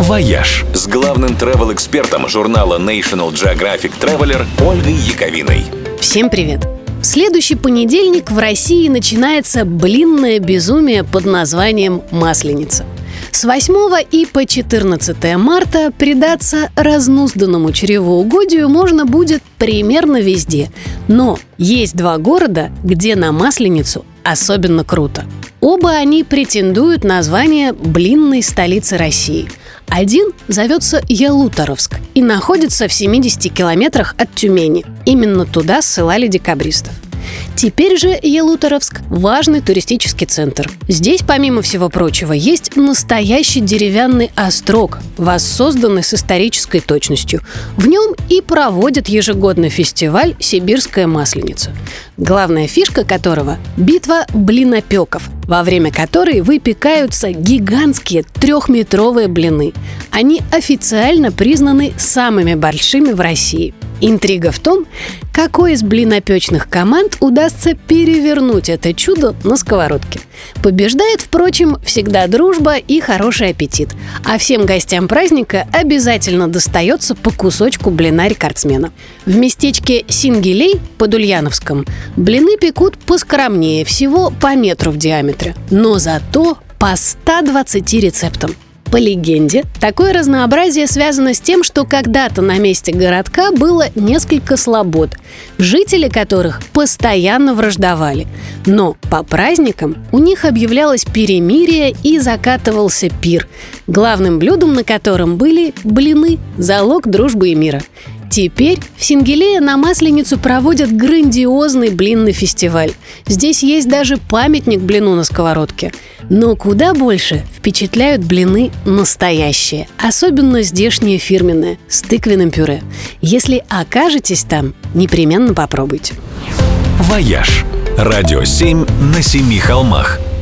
«Вояж» с главным travel-экспертом журнала National Geographic Traveler Ольгой Яковиной. Всем привет! В следующий понедельник в России начинается блинное безумие под названием «Масленица». С 8 и по 14 марта предаться разнузданному чревоугодию можно будет примерно везде. Но есть два города, где на Масленицу особенно круто. Оба они претендуют на звание блинной столицы России. Один зовется Ялуторовск и находится в 70 километрах от Тюмени. Именно туда ссылали декабристов. Теперь же Ялуторовск – важный туристический центр. Здесь, помимо всего прочего, есть настоящий деревянный острог, воссозданный с исторической точностью. В нем и проводят ежегодный фестиваль «Сибирская масленица», главная фишка которого – битва блинопеков, во время которой выпекаются гигантские 3-метровые блины. Они официально признаны самыми большими в России. Интрига в том, какой из блинопечных команд удастся перевернуть это чудо на сковородке. Побеждает, впрочем, всегда дружба и хороший аппетит. А всем гостям праздника обязательно достается по кусочку блина рекордсмена. В местечке Сингелей под Ульяновском блины пекут поскромнее, всего по метру в диаметре. Но зато по 120 рецептам. По легенде, такое разнообразие связано с тем, что когда-то на месте городка было несколько слобод, жители которых постоянно враждовали. Но по праздникам у них объявлялось перемирие и закатывался пир, главным блюдом на котором были блины, залог дружбы и мира. Теперь в Сингелее на Масленицу проводят грандиозный блинный фестиваль. Здесь есть даже памятник блину на сковородке. Но куда больше впечатляют блины настоящие, особенно здешние фирменные, с тыквенным пюре. Если окажетесь там, непременно попробуйте. «Вояж» – радио 7 на 7 холмах.